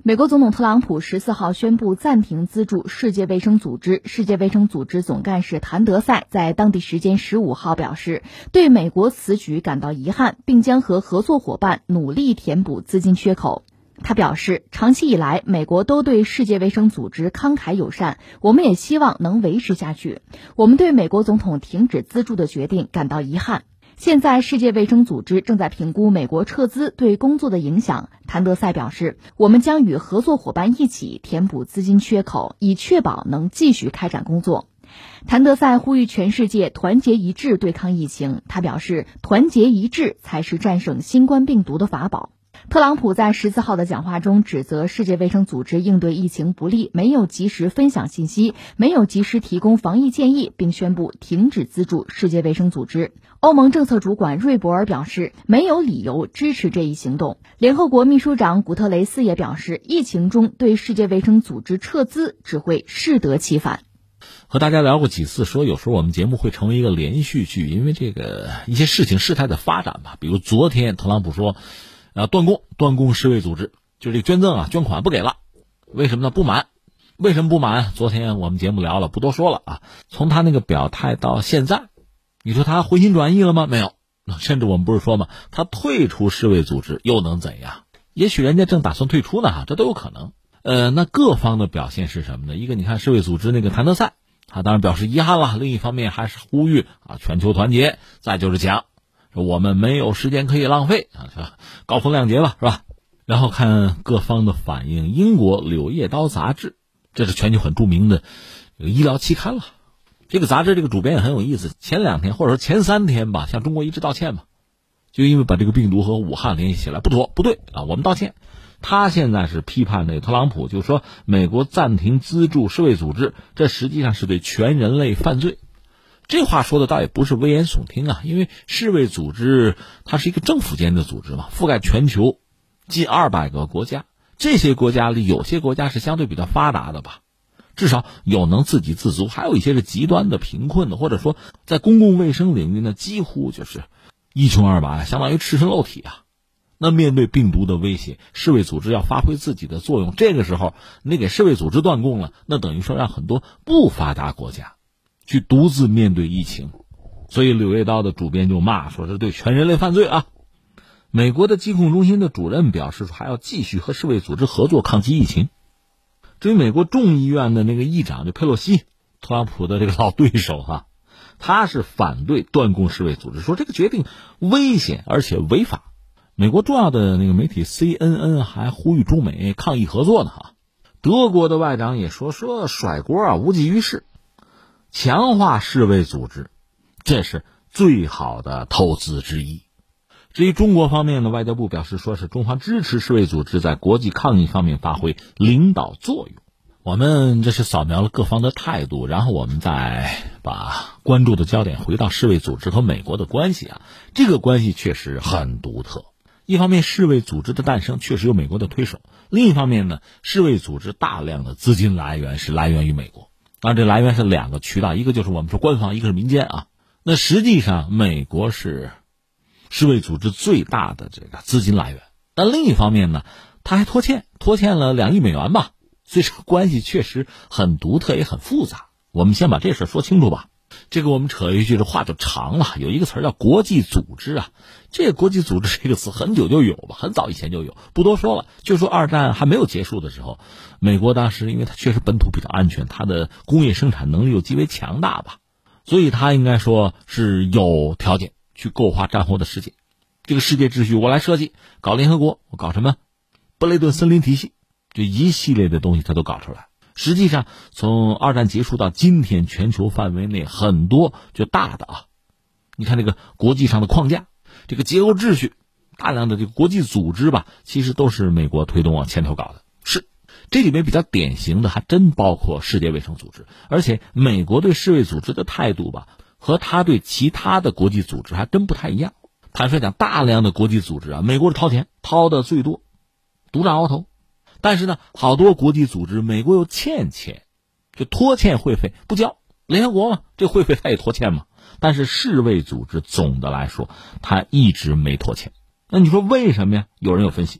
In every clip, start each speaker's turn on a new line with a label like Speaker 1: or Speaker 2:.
Speaker 1: 美国总统特朗普14号宣布暂停资助世界卫生组织。世界卫生组织总干事谭德赛在当地时间15号表示，对美国此举感到遗憾，并将和合作伙伴努力填补资金缺口。他表示，长期以来，美国都对世界卫生组织慷慨友善，我们也希望能维持下去。我们对美国总统停止资助的决定感到遗憾。现在世界卫生组织正在评估美国撤资对工作的影响。谭德赛表示，我们将与合作伙伴一起填补资金缺口，以确保能继续开展工作。谭德赛呼吁全世界团结一致对抗疫情。他表示，团结一致才是战胜新冠病毒的法宝。特朗普在14号的讲话中指责世界卫生组织应对疫情不力，没有及时分享信息，没有及时提供防疫建议，并宣布停止资助世界卫生组织。欧盟政策主管瑞博尔表示，没有理由支持这一行动。联合国秘书长古特雷斯也表示，疫情中对世界卫生组织撤资只会适得其反。
Speaker 2: 和大家聊过几次，说有时候我们节目会成为一个连续剧，因为这个一些事情事态的发展吧。比如昨天特朗普说断供世卫组织，就这个捐赠捐款不给了，为什么呢？不满。为什么不满？昨天我们节目聊了，不多说了啊。从他那个表态到现在，你说他回心转意了吗？没有。甚至我们不是说吗？他退出世卫组织又能怎样？也许人家正打算退出呢，这都有可能。那各方的表现是什么呢？一个你看世卫组织那个谭德赛，他当然表示遗憾了，另一方面还是呼吁全球团结，再就是讲我们没有时间可以浪费高风亮节吧，是吧？然后看各方的反应。英国《柳叶刀》杂志，这是全球很著名的医疗期刊了。这个杂志这个主编也很有意思，前2天或者说前3天吧，向中国一致道歉吧，就因为把这个病毒和武汉联系起来，不对我们道歉。他现在是批判这个特朗普，就说美国暂停资助世卫组织，这实际上是对全人类犯罪。这话说的倒也不是危言耸听因为世卫组织它是一个政府间的组织嘛，覆盖全球近200个国家，这些国家里有些国家是相对比较发达的吧，至少有能自给自足，还有一些是极端的贫困的，或者说在公共卫生领域呢几乎就是一穷二白，相当于赤身露体那面对病毒的威胁，世卫组织要发挥自己的作用，这个时候你给世卫组织断供了，那等于说让很多不发达国家去独自面对疫情。所以《柳叶刀》的主编就骂说是对全人类犯罪美国的疾控中心的主任表示说还要继续和世卫组织合作抗击疫情。至于美国众议院的那个议长就佩洛西，特朗普的这个老对手他是反对断供世卫组织，说这个决定危险而且违法。美国重要的那个媒体 CNN 还呼吁中美抗疫合作呢德国的外长也说甩锅无济于事，强化世卫组织这是最好的投资之一。至于中国方面呢，外交部表示说是中方支持世卫组织在国际抗疫方面发挥领导作用。我们这是扫描了各方的态度，然后我们再把关注的焦点回到世卫组织和美国的关系这个关系确实很独特。一方面世卫组织的诞生确实有美国的推手，另一方面呢，世卫组织大量的资金来源是来源于美国。当然这来源是2个渠道，一个就是我们说官方，一个是民间那实际上美国是世卫组织最大的这个资金来源，但另一方面呢，他还拖欠了2亿美元吧，所以这个关系确实很独特也很复杂。我们先把这事说清楚吧。这个我们扯一句，这话就长了。有一个词儿叫国际组织这个国际组织这个词很久就有吧，很早以前就有，不多说了。就说二战还没有结束的时候，美国当时因为它确实本土比较安全，它的工业生产能力又极为强大吧，所以它应该说是有条件去构画战后的世界。这个世界秩序我来设计，搞联合国，我搞什么布雷顿森林体系，这一系列的东西它都搞出来。实际上从二战结束到今天，全球范围内很多就大的你看这个国际上的框架，这个结构秩序，大量的这个国际组织吧，其实都是美国推动牵头搞的。是这里面比较典型的还真包括世界卫生组织，而且美国对世卫组织的态度吧，和他对其他的国际组织还真不太一样。坦率讲，大量的国际组织美国是掏钱掏的最多，独占鳌头。但是呢，好多国际组织美国又欠钱，就拖欠会费不交，联合国嘛，这会费他也拖欠嘛。但是世卫组织总的来说他一直没拖欠。那你说为什么呀？有人有分析，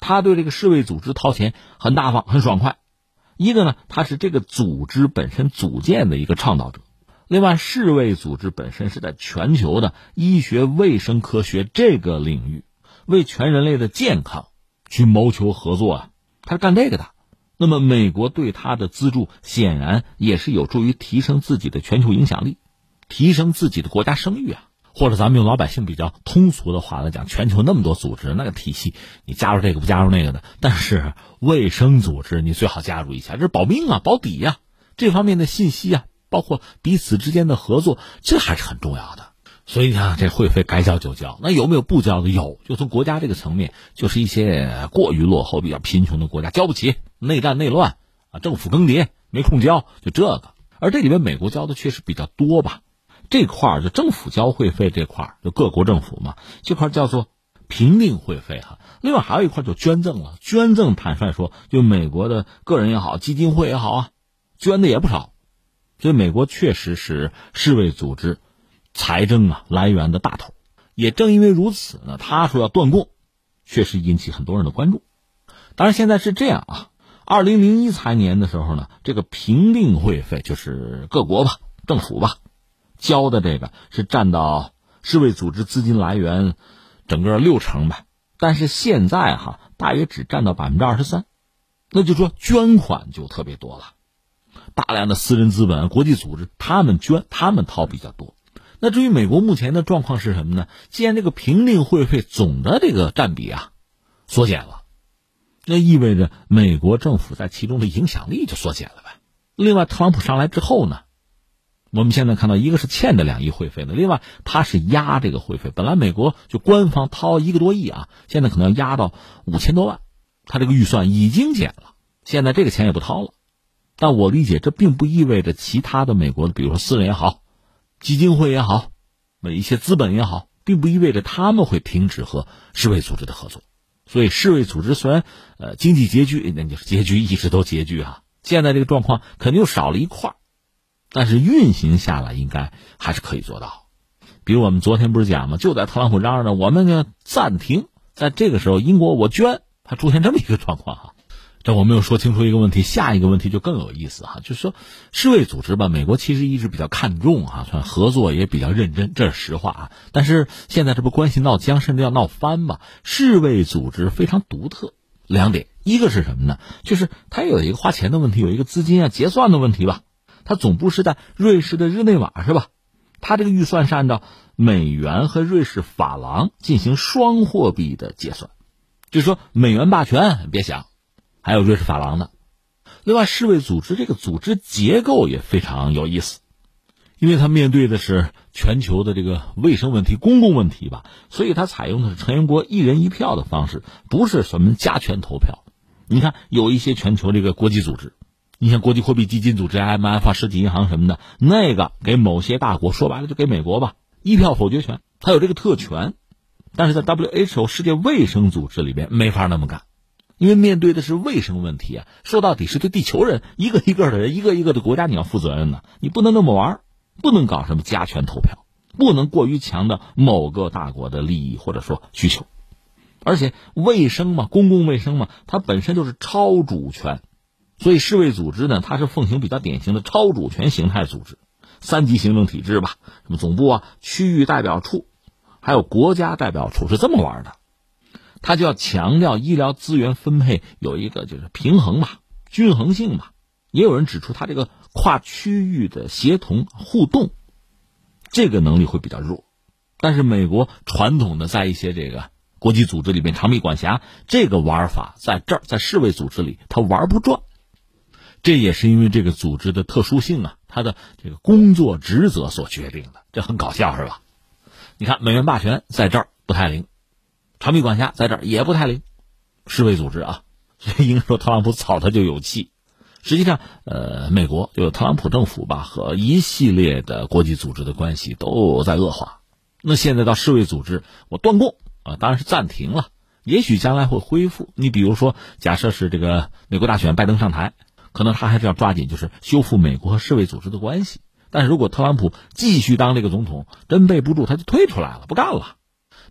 Speaker 2: 他对这个世卫组织掏钱很大方很爽快。一个呢，他是这个组织本身组建的一个倡导者，另外世卫组织本身是在全球的医学卫生科学这个领域为全人类的健康去谋求合作啊，他是干这个的。那么美国对他的资助显然也是有助于提升自己的全球影响力，提升自己的国家声誉啊。或者咱们用老百姓比较通俗的话来讲，全球那么多组织，那个体系你加入这个不加入那个的，但是卫生组织你最好加入一下，这是保命啊保底啊，这方面的信息啊，包括彼此之间的合作，这还是很重要的。所以呢，这会费该交就交。那有没有不交的？有，就从国家这个层面，就是一些过于落后比较贫穷的国家交不起，内战内乱啊，政府更迭没空交，就这个。而这里面美国交的确实比较多吧。这块就政府交会费这块，就各国政府嘛，这块叫做评定会费哈。另外还有一块就捐赠了，捐赠坦率说，就美国的个人也好，基金会也好啊，捐的也不少。所以美国确实是世卫组织财政来源的大头。也正因为如此呢，他说要断供，确实引起很多人的关注。当然现在是这样啊，2001财年的时候呢，这个评定会费就是各国吧，政府吧，交的这个是占到世卫组织资金来源整个60%吧，但是现在大约只占到23%，那就说捐款就特别多了，大量的私人资本、国际组织他们捐，他们掏比较多。那至于美国目前的状况是什么呢？既然这个评定会费总的这个占比缩减了，那意味着美国政府在其中的影响力就缩减了呗。另外特朗普上来之后呢，我们现在看到一个是欠的2亿会费的，另外他是压这个会费，本来美国就官方掏1个多亿现在可能要压到5000多万，他这个预算已经减了，现在这个钱也不掏了。但我理解这并不意味着其他的美国的比如说私人也好，基金会也好，一些资本也好，并不意味着他们会停止和世卫组织的合作。所以世卫组织虽然经济拮据，那就是拮据一直都拮据现在这个状况肯定又少了一块，但是运行下来应该还是可以做到。比如我们昨天不是讲吗？就在特朗普嚷嚷着我们呢暂停，在这个时候英国我捐，它出现这么一个状况这我们又说清楚一个问题，下一个问题就更有意思就是说世卫组织吧，美国其实一直比较看重算合作也比较认真，这是实话但是现在这不关系闹僵，甚至要闹翻吧。世卫组织非常独特2点，一个是什么呢？就是它有一个花钱的问题，有一个资金结算的问题吧。它总部是在瑞士的日内瓦是吧？它这个预算是按照美元和瑞士法郎进行双货币的结算，就是说美元霸权别想，还有瑞士法郎的。另外世卫组织这个组织结构也非常有意思，因为它面对的是全球的这个卫生问题、公共问题吧，所以它采用的是成员国1人1票的方式，不是什么加权投票。你看有一些全球这个国际组织，你像国际货币基金组织 IMF 世纪银行什么的，那个给某些大国，说白了就给美国吧，1票否决权，它有这个特权。但是在 WHO 世界卫生组织里边没法那么干，因为面对的是卫生问题说到底是对地球人一个一个的人，一个一个的国家你要负责任的，你不能那么玩，不能搞什么加权投票，不能过于强调某个大国的利益或者说需求。而且卫生嘛，公共卫生嘛，它本身就是超主权，所以世卫组织呢，它是奉行比较典型的超主权形态组织，3级行政体制吧，什么总部区域代表处还有国家代表处是这么玩的。它就要强调医疗资源分配有一个就是平衡吧，均衡性吧。也有人指出它这个跨区域的协同互动这个能力会比较弱，但是美国传统的在一些这个国际组织里面长臂管辖，这个玩法在这儿在世卫组织里它玩不转。这也是因为这个组织的特殊性它的这个工作职责所决定的，这很搞笑是吧？你看美元霸权在这儿不太灵，长臂管辖在这儿也不太灵，世卫组织所以应该说特朗普草他就有气。实际上美国就特朗普政府吧和一系列的国际组织的关系都在恶化。那现在到世卫组织我断供当然是暂停了，也许将来会恢复。你比如说假设是这个美国大选拜登上台，可能他还是要抓紧就是修复美国和世卫组织的关系。但是如果特朗普继续当这个总统，真背不住他就退出来了，不干了。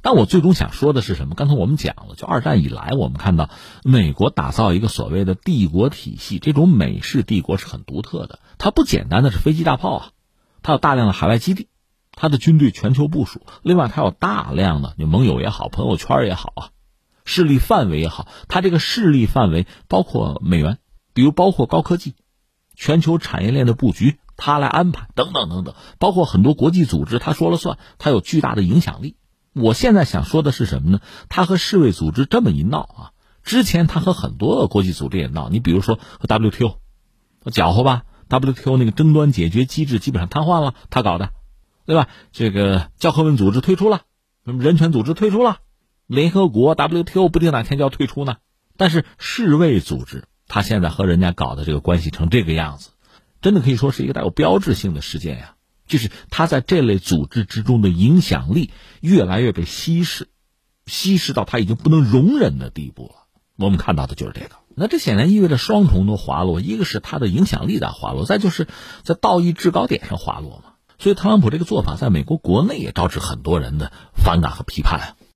Speaker 2: 但我最终想说的是什么？刚才我们讲了，就二战以来，我们看到美国打造一个所谓的帝国体系，这种美式帝国是很独特的。它不简单的是飞机大炮啊，它有大量的海外基地，它的军队全球部署，另外它有大量的盟友也好，朋友圈也好啊，势力范围也好，它这个势力范围包括美元，比如包括高科技，全球产业链的布局它来安排，等等等等，包括很多国际组织它说了算，它有巨大的影响力。我现在想说的是什么呢？它和世卫组织这么一闹啊，之前它和很多国际组织也闹，你比如说和 WTO 搅和吧， WTO 那个争端解决机制基本上瘫痪了，他搞的，对吧？这个教科文组织退出了，人权组织退出了，联合国 WTO 不定哪天就要退出呢。但是世卫组织他现在和人家搞的这个关系成这个样子，真的可以说是一个带有标志性的事件呀。就是他在这类组织之中的影响力越来越被稀释到他已经不能容忍的地步了。我们看到的就是这个。那这显然意味着双重的滑落，一个是他的影响力在滑落，再就是在道义制高点上滑落嘛。所以特朗普这个做法在美国国内也招致很多人的反感和批判啊。